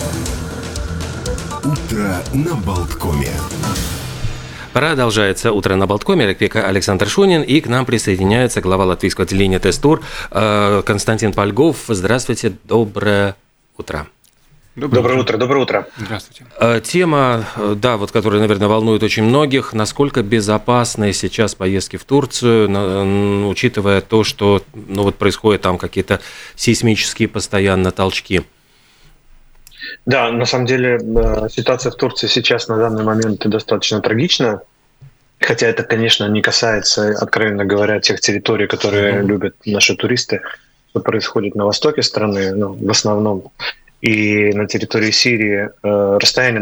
Утро на Болткоме. Продолжается «Утро на Болткоме». Александр Шунин. И к нам присоединяется глава латвийского отделения ТС-ТУР Константин Польгов. Здравствуйте, доброе утро. Доброе утро. Здравствуйте. Тема, которая, наверное, волнует очень многих. Насколько безопасны сейчас поездки в Турцию, учитывая то, что происходят там какие-то сейсмические постоянно толчки? Да, на самом деле ситуация в Турции сейчас на данный момент достаточно трагична. Хотя это, конечно, не касается, откровенно говоря, тех территорий, которые любят наши туристы, что происходит на востоке страны, в основном. И на территории Сирии расстояние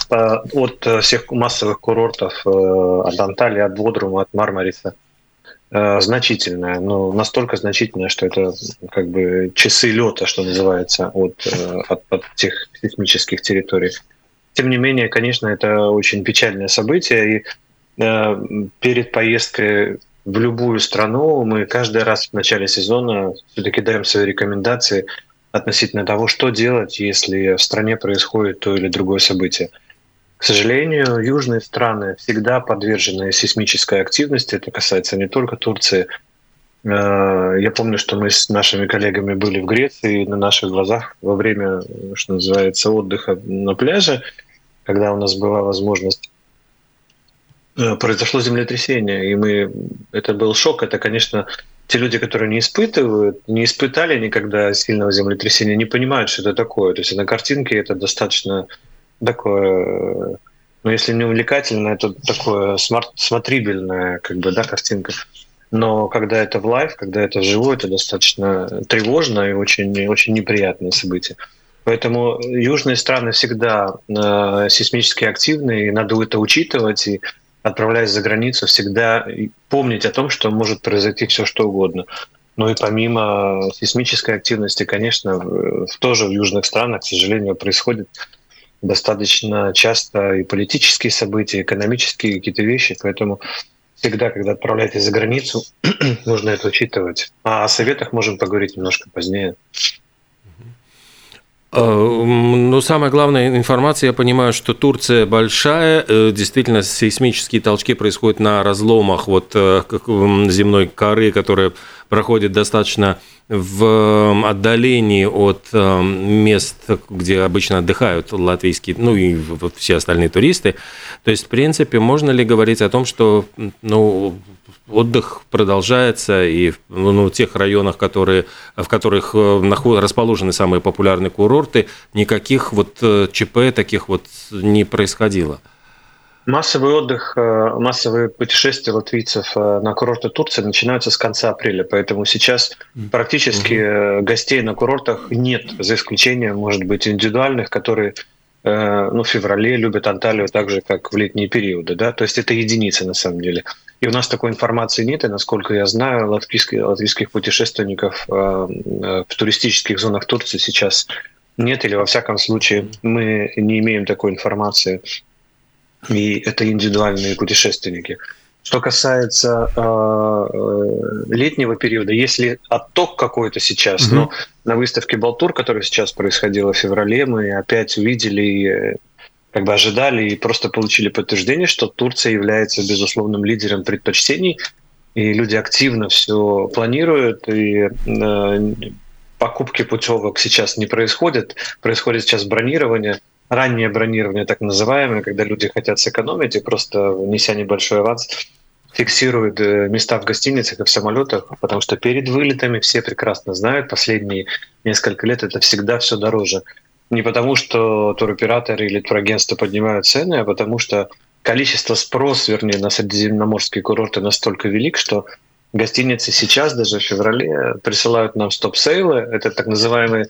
от всех массовых курортов, от Анталии, от Бодрума, от Мармариса, значительное. Настолько значительное, что это часы лета, что называется, от тех сейсмических территорий. Тем не менее, конечно, это очень печальное событие. И перед поездкой в любую страну мы каждый раз в начале сезона все-таки даем свои рекомендации относительно того, что делать, если в стране происходит то или другое событие. К сожалению, южные страны всегда подвержены сейсмической активности. Это касается не только Турции. Я помню, что мы с нашими коллегами были в Греции на наших глазах во время, что называется, отдыха на пляже, когда у нас была возможность. Произошло землетрясение, и это был шок. Это, конечно, те люди, которые не испытали никогда сильного землетрясения, не понимают, что это такое. То есть на картинке это достаточно такое, если не увлекательное, то такое смотрибельная, картинка. Но когда это в лайв, когда это вживую, это достаточно тревожно и очень, очень неприятное событие. Поэтому южные страны всегда сейсмически активны, и надо это учитывать, и отправляясь за границу, всегда помнить о том, что может произойти все что угодно. И помимо сейсмической активности, конечно, тоже в южных странах, к сожалению, происходит достаточно часто и политические события, и экономические какие-то вещи. Поэтому всегда, когда отправляетесь за границу, нужно это учитывать. А о советах можем поговорить немножко позднее. Самая главная информация, я понимаю, что Турция большая, действительно сейсмические толчки происходят на разломах земной коры, которая проходит достаточно в отдалении от мест, где обычно отдыхают латвийские, и все остальные туристы. То есть, в принципе, можно ли говорить о том, что отдых продолжается, и в тех районах, в которых расположены самые популярные курорты, никаких ЧП таких не происходило? Массовый отдых, массовые путешествия латвийцев на курорты Турции начинаются с конца апреля, поэтому сейчас практически гостей на курортах нет, за исключением, может быть, индивидуальных, которые в феврале любят Анталию так же, как в летние периоды. Да? То есть это единицы на самом деле. И у нас такой информации нет, и, насколько я знаю, латвийских путешественников в туристических зонах Турции сейчас нет, или во всяком случае мы не имеем такой информации. И это индивидуальные путешественники. Что касается летнего периода, если отток какой-то сейчас, но на выставке Балтур, которая сейчас происходила в феврале, мы опять увидели, ожидали и просто получили подтверждение, что Турция является безусловным лидером предпочтений, и люди активно все планируют, и покупки путевок сейчас не происходят, происходит сейчас бронирование. Раннее бронирование, так называемое, когда люди хотят сэкономить и просто, внеся небольшой аванс, фиксируют места в гостиницах и в самолетах, потому что перед вылетами все прекрасно знают, последние несколько лет это всегда все дороже. Не потому, что туроператоры или турагентства поднимают цены, а потому что спрос, на средиземноморские курорты настолько велик, что гостиницы сейчас, даже в феврале, присылают нам стоп-сейлы, это так называемые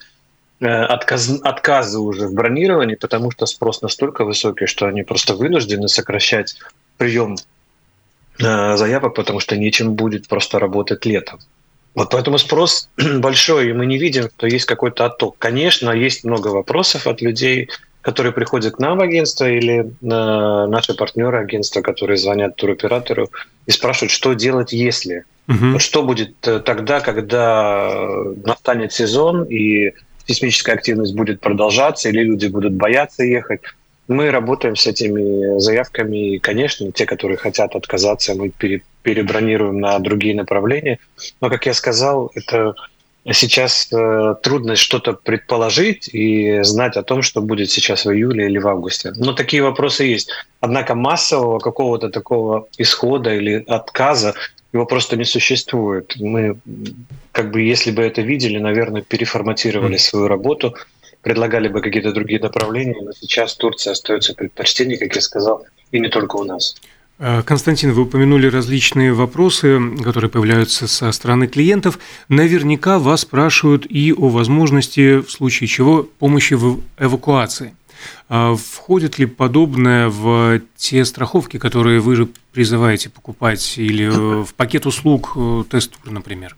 отказы уже в бронировании, потому что спрос настолько высокий, что они просто вынуждены сокращать прием заявок, потому что нечем будет просто работать летом. Поэтому спрос большой, и мы не видим, что есть какой-то отток. Конечно, есть много вопросов от людей, которые приходят к нам в агентство, или наши партнеры агентства, которые звонят туроператору и спрашивают, что делать, если. Что будет тогда, когда настанет сезон, и в сейсмическая активность будет продолжаться или люди будут бояться ехать. Мы работаем с этими заявками, и, конечно, те, которые хотят отказаться, мы перебронируем на другие направления. Но, как я сказал, это сейчас трудно что-то предположить и знать о том, что будет сейчас в июле или в августе. Но такие вопросы есть. Однако массового какого-то такого исхода или отказа его просто не существует. Мы, если бы это видели, наверное, переформатировали свою работу, предлагали бы какие-то другие направления, но сейчас Турция остается предпочтением, как я сказал, и не только у нас. Константин, вы упомянули различные вопросы, которые появляются со стороны клиентов. Наверняка вас спрашивают и о возможности, в случае чего, помощи в эвакуации. Входит ли подобное в те страховки, которые вы же призываете покупать, или в пакет услуг тест-тур, например?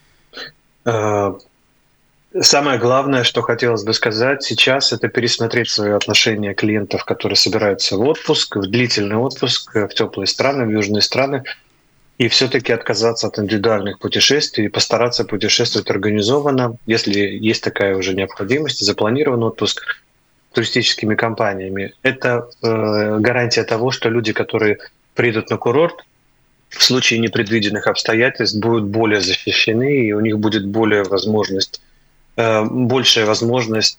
Самое главное, что хотелось бы сказать сейчас, это пересмотреть свое отношение клиентов, которые собираются в отпуск, в длительный отпуск, в теплые страны, в южные страны, и все-таки отказаться от индивидуальных путешествий и постараться путешествовать организованно, если есть такая уже необходимость, запланирован отпуск туристическими компаниями. Это гарантия того, что люди, которые придут на курорт, в случае непредвиденных обстоятельств будут более защищены, и у них будет большая возможность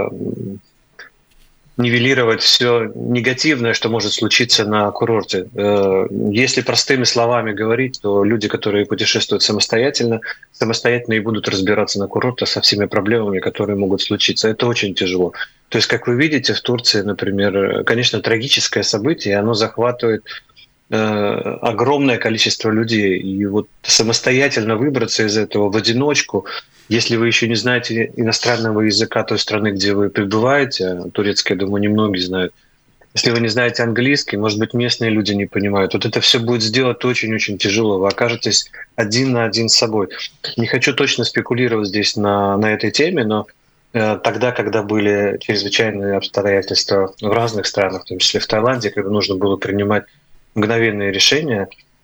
нивелировать все негативное, что может случиться на курорте. Если простыми словами говорить, то люди, которые путешествуют самостоятельно и будут разбираться на курорте со всеми проблемами, которые могут случиться. Это очень тяжело. То есть, как вы видите, в Турции, например, конечно, трагическое событие, оно захватывает огромное количество людей. И вот самостоятельно выбраться из этого в одиночку, если вы еще не знаете иностранного языка той страны, где вы пребываете, турецкий, я думаю, немногие знают, если вы не знаете английский, может быть, местные люди не понимают, вот это все будет сделать очень-очень тяжело. Вы окажетесь один на один с собой. Не хочу точно спекулировать здесь на этой теме, но тогда, когда были чрезвычайные обстоятельства в разных странах, в том числе в Таиланде, когда нужно было принимать мгновенные решения,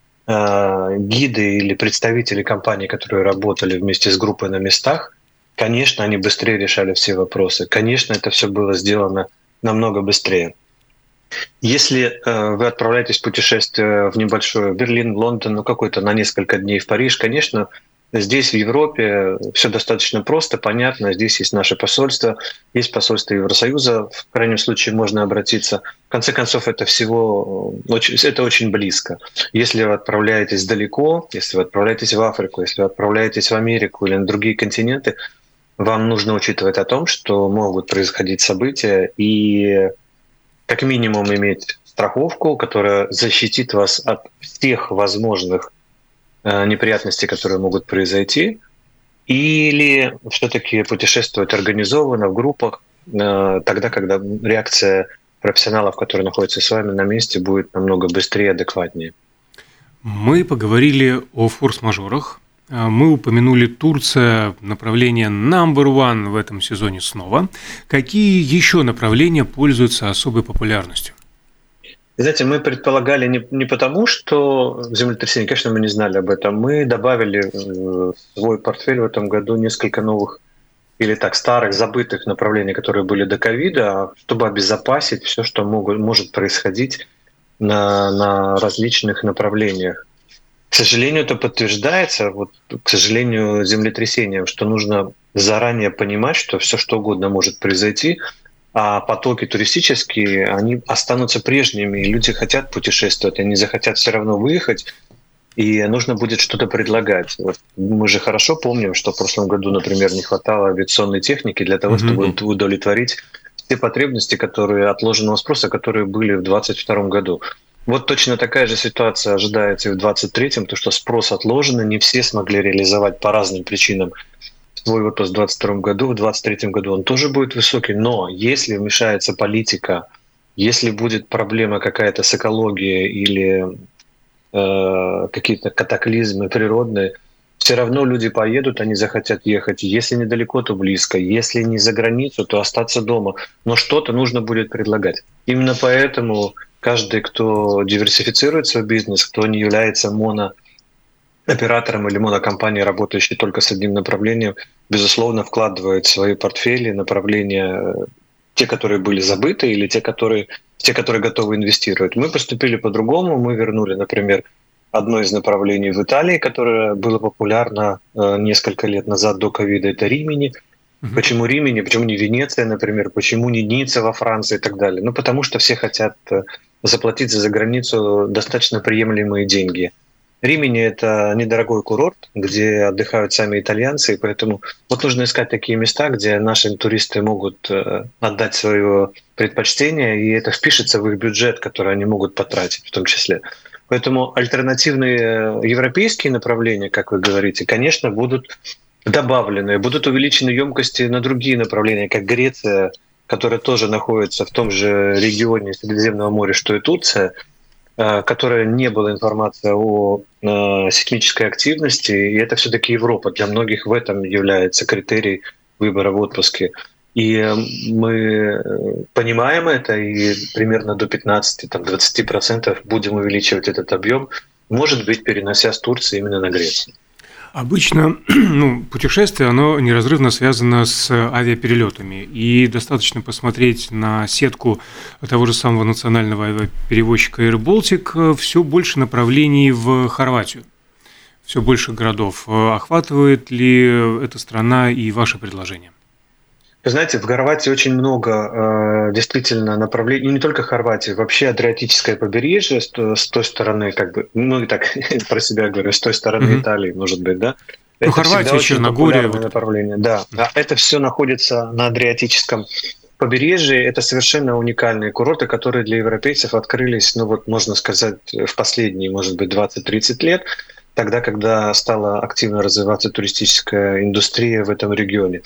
гиды или представители компаний, которые работали вместе с группой на местах, конечно, они быстрее решали все вопросы. Конечно, это все было сделано намного быстрее. Если вы отправляетесь в путешествие в небольшое Берлин, Лондон, какой-то на несколько дней в Париж, конечно, здесь, в Европе, все достаточно просто, понятно. Здесь есть наше посольство, есть посольство Евросоюза. В крайнем случае можно обратиться. В конце концов, это очень близко. Если вы отправляетесь далеко, если вы отправляетесь в Африку, если вы отправляетесь в Америку или на другие континенты, вам нужно учитывать о том, что могут происходить события, и как минимум иметь страховку, которая защитит вас от всех возможных неприятности, которые могут произойти, или все-таки путешествовать организованно в группах, тогда, когда реакция профессионалов, которые находятся с вами на месте, будет намного быстрее и адекватнее. Мы поговорили о форс-мажорах. Мы упомянули Турция, направление number one в этом сезоне снова. Какие еще направления пользуются особой популярностью? Знаете, мы предполагали не потому, что землетрясение, конечно, мы не знали об этом. Мы добавили в свой портфель в этом году несколько новых или старых, забытых направлений, которые были до ковида, чтобы обезопасить все, что может происходить на различных направлениях. К сожалению, это подтверждается, к сожалению, землетрясением, что нужно заранее понимать, что все, что угодно может произойти, а потоки туристические, они останутся прежними, и люди хотят путешествовать, они захотят все равно выехать, и нужно будет что-то предлагать. Мы же хорошо помним, что в прошлом году, например, не хватало авиационной техники для того, чтобы удовлетворить те потребности, отложенного спроса, которые были в 2022 году. Вот точно такая же ситуация ожидается и в 2023, то что спрос отложен, не все смогли реализовать по разным причинам свой отпуск в 2022 году, в 2023 году он тоже будет высокий, но если вмешается политика, если будет проблема какая-то с экологией или какие-то катаклизмы природные, все равно люди поедут, они захотят ехать. Если недалеко, то близко. Если не за границу, то остаться дома. Но что-то нужно будет предлагать. Именно поэтому каждый, кто диверсифицирует свой бизнес, кто не является операторам или монокомпании, работающие только с одним направлением, безусловно, вкладывают в свои портфели направления, те, которые были забыты, или те, которые готовы инвестировать. Мы поступили по-другому, мы вернули, например, одно из направлений в Италии, которое было популярно несколько лет назад до ковида, это Римини. Почему Римини, почему не Венеция, например, почему не Ницца во Франции и так далее? Ну, потому что все хотят заплатить за границу достаточно приемлемые деньги. Римини – это недорогой курорт, где отдыхают сами итальянцы, и поэтому вот нужно искать такие места, где наши туристы могут отдать свое предпочтение, и это впишется в их бюджет, который они могут потратить в том числе. Поэтому альтернативные европейские направления, как вы говорите, конечно, будут добавлены, будут увеличены емкости на другие направления, как Греция, которая тоже находится в том же регионе Средиземного моря, что и Турция, которой не было информации о сейсмической активности, и это все-таки Европа. Для многих в этом является критерий выбора в отпуске. И мы понимаем это, и примерно до 15-20% будем увеличивать этот объем, может быть, перенося с Турции именно на Грецию. Обычно путешествие, оно неразрывно связано с авиаперелетами, и достаточно посмотреть на сетку того же самого национального авиаперевозчика Air Baltic, все больше направлений в Хорватию, все больше городов. Охватывает ли эта страна и ваше предложение? Вы знаете, в Хорватии очень много действительно направлений, не только Хорватии, вообще Адриатическое побережье с той стороны, как бы, ну и так про себя говорю, с той стороны Италии, может быть, да? Это Хорватия, Черногория. Направление, да. Это все находится на Адриатическом побережье. Это совершенно уникальные курорты, которые для европейцев открылись, ну вот можно сказать, в последние, может быть, 20-30 лет, тогда, когда стала активно развиваться туристическая индустрия в этом регионе.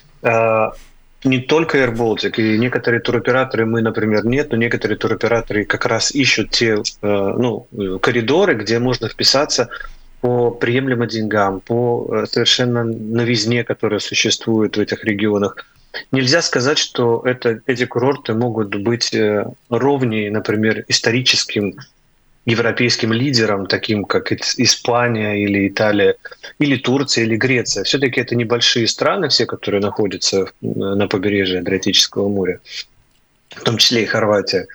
Не только Air Baltic, и некоторые туроператоры, мы, например, нет, но некоторые туроператоры как раз ищут те коридоры, где можно вписаться по приемлемым деньгам, по совершенно новизне, которая существует в этих регионах. Нельзя сказать, что эти курорты могут быть ровнее, например, историческим европейским лидерам, таким как Испания или Италия, или Турция, или Греция. Все-таки это небольшие страны, все, которые находятся на побережье Адриатического моря, в том числе и Хорватия.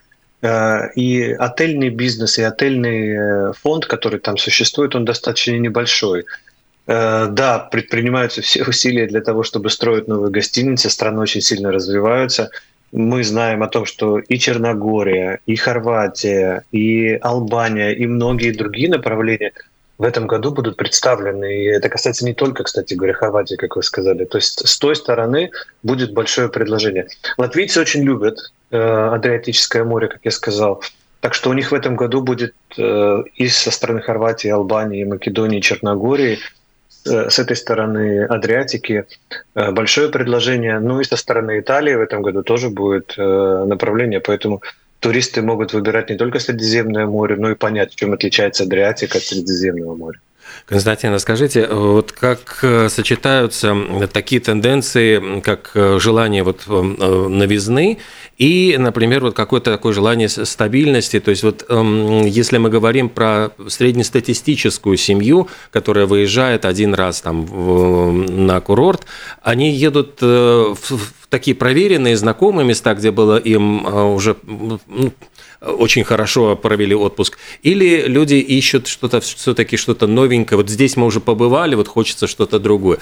И отельный бизнес, и отельный фонд, который там существует, он достаточно небольшой. Да, предпринимаются все усилия для того, чтобы строить новые гостиницы, страны очень сильно развиваются. Мы знаем о том, что и Черногория, и Хорватия, и Албания, и многие другие направления в этом году будут представлены. И это касается не только, кстати говоря, Хорватии, как вы сказали. То есть с той стороны будет большое предложение. Латвийцы очень любят Адриатическое море, как я сказал. Так что у них в этом году будет и со стороны Хорватии, Албании, Македонии, Черногории, с этой стороны Адриатики большое предложение. Ну и со стороны Италии в этом году тоже будет направление. Поэтому туристы могут выбирать не только Средиземное море, но и понять, чем отличается Адриатика от Средиземного моря. Константин, скажите, вот как сочетаются такие тенденции, как желание новизны и, например, вот какое-то такое желание стабильности? То есть вот если мы говорим про среднестатистическую семью, которая выезжает один раз на курорт, они едут в такие проверенные, знакомые места, где было им уже очень хорошо провели отпуск, или люди ищут все-таки что-то новенькое, вот здесь мы уже побывали, вот хочется что-то другое.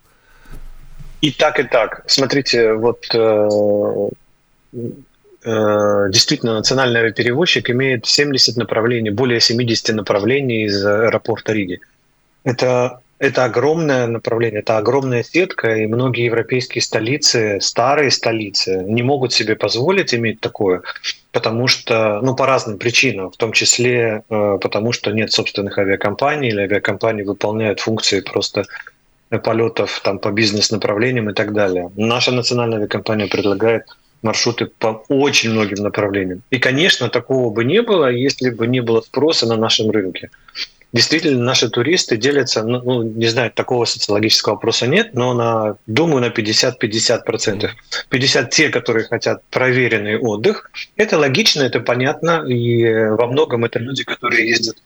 И так. Смотрите, действительно, национальный авиаперевозчик имеет 70 направлений, более 70 направлений из аэропорта Риги. Это огромное направление, это огромная сетка, и многие европейские столицы, старые столицы, не могут себе позволить иметь такое, потому что, по разным причинам, в том числе потому, что нет собственных авиакомпаний, или авиакомпании выполняют функции просто полетов по бизнес-направлениям и так далее. Наша национальная авиакомпания предлагает маршруты по очень многим направлениям. И, конечно, такого бы не было, если бы не было спроса на нашем рынке. Действительно, наши туристы делятся, не знаю, такого социологического опроса нет, но думаю, на 50-50%. 50 те, которые хотят проверенный отдых. Это логично, это понятно, и во многом это люди, которые ездят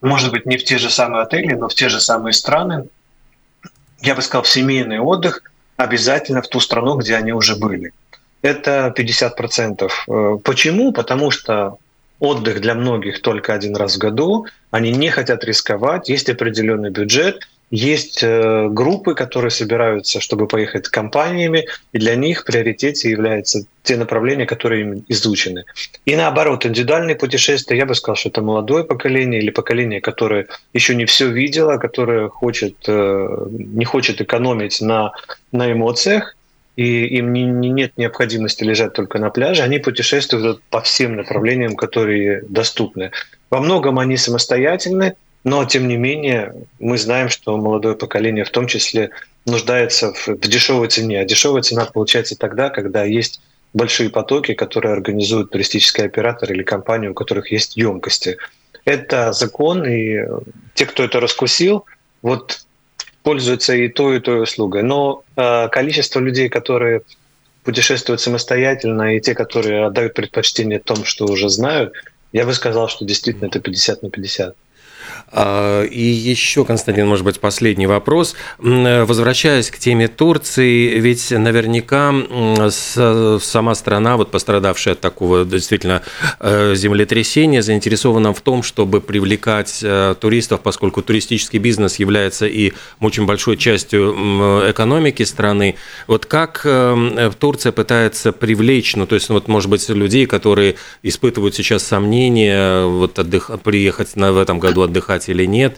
может быть, не в те же самые отели, но в те же самые страны, я бы сказал, в семейный отдых обязательно в ту страну, где они уже были. Это 50%. Почему? Потому что отдых для многих только один раз в году, они не хотят рисковать, есть определенный бюджет, есть группы, которые собираются, чтобы поехать с компаниями, и для них в приоритете являются те направления, которые им изучены. И наоборот, индивидуальные путешествия, я бы сказал, что это молодое поколение или поколение, которое еще не все видело, которое не хочет экономить на эмоциях, и им нет необходимости лежать только на пляже, они путешествуют по всем направлениям, которые доступны. Во многом они самостоятельны, но, тем не менее, мы знаем, что молодое поколение в том числе нуждается в дешевой цене. А дешевая цена получается тогда, когда есть большие потоки, которые организуют туристический оператор или компания, у которых есть емкости. Это закон, и те, кто это раскусил, пользуются и той услугой. Но количество людей, которые путешествуют самостоятельно, и те, которые отдают предпочтение тому, что уже знают, я бы сказал, что действительно это 50/50. И еще, Константин, может быть, последний вопрос. Возвращаясь к теме Турции, ведь наверняка сама страна, пострадавшая от такого действительно землетрясения, заинтересована в том, чтобы привлекать туристов, поскольку туристический бизнес является и очень большой частью экономики страны. Как Турция пытается привлечь, может быть, людей, которые испытывают сейчас сомнения, приехать в этом году отдыхать или нет?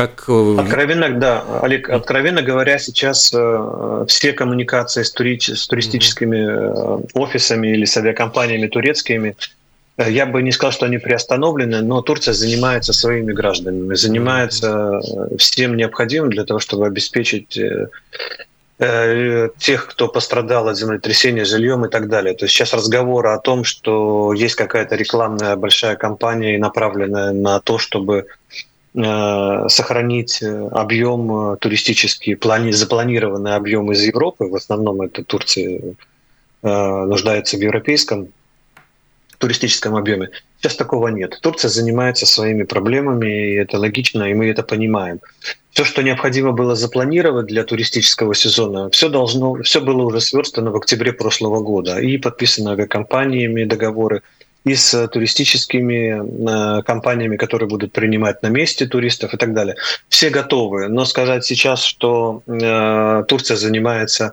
Олег, откровенно говоря, сейчас все коммуникации с туристическими офисами или с авиакомпаниями турецкими, я бы не сказал, что они приостановлены, но Турция занимается своими гражданами, занимается всем необходимым для того, чтобы обеспечить тех, кто пострадал от землетрясения, жильем и так далее. То есть сейчас разговоры о том, что есть какая-то рекламная большая кампания, направленная на то, чтобы сохранить объем туристический, запланированный объем из Европы, в основном это Турция нуждается в европейском туристическом объеме. Сейчас такого нет. Турция занимается своими проблемами, и это логично, и мы это понимаем. Все, что необходимо было запланировать для туристического сезона, все было уже сверстано в октябре прошлого года и подписаны авиакомпаниями договоры, и с туристическими компаниями, которые будут принимать на месте туристов и так далее. Все готовы. Но сказать сейчас, что Турция занимается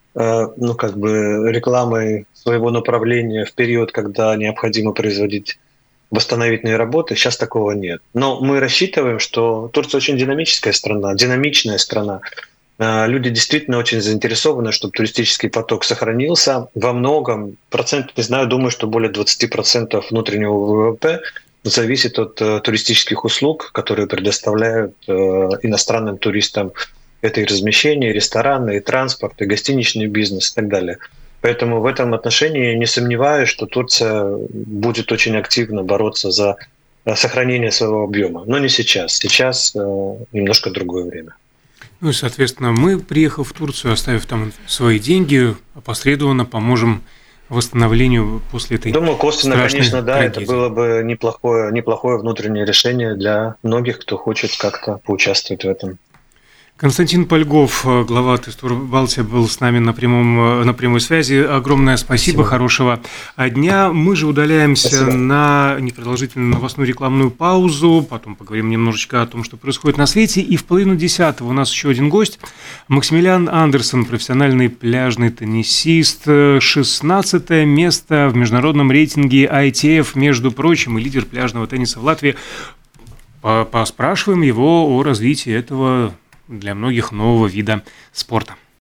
рекламой своего направления в период, когда необходимо производить восстановительные работы, сейчас такого нет. Но мы рассчитываем, что Турция очень динамичная страна. Люди действительно очень заинтересованы, чтобы туристический поток сохранился. Во многом, не знаю, думаю, что более 20% внутреннего ВВП зависит от туристических услуг, которые предоставляют иностранным туристам. Это и размещение, и рестораны, и транспорт, и гостиничный бизнес и так далее. Поэтому в этом отношении не сомневаюсь, что Турция будет очень активно бороться за сохранение своего объема. Но не сейчас. Сейчас немножко другое время. И, соответственно, мы, приехав в Турцию, оставив там свои деньги, опосредованно поможем восстановлению после этой Думаю, косвенно, конечно, трагедии. Это было бы неплохое внутреннее решение для многих, кто хочет как-то поучаствовать в этом. Константин Польгов, глава Турбалтия, был с нами на прямой связи. Огромное спасибо. Хорошего дня. Мы же удаляемся на непродолжительную новостную рекламную паузу, потом поговорим немножечко о том, что происходит на свете. И в 9:30 у нас еще один гость. Максимилиан Андерсон, профессиональный пляжный теннисист, 16 место в международном рейтинге ITF, между прочим, и лидер пляжного тенниса в Латвии. Поспрашиваем его о развитии этого для многих нового вида спорта.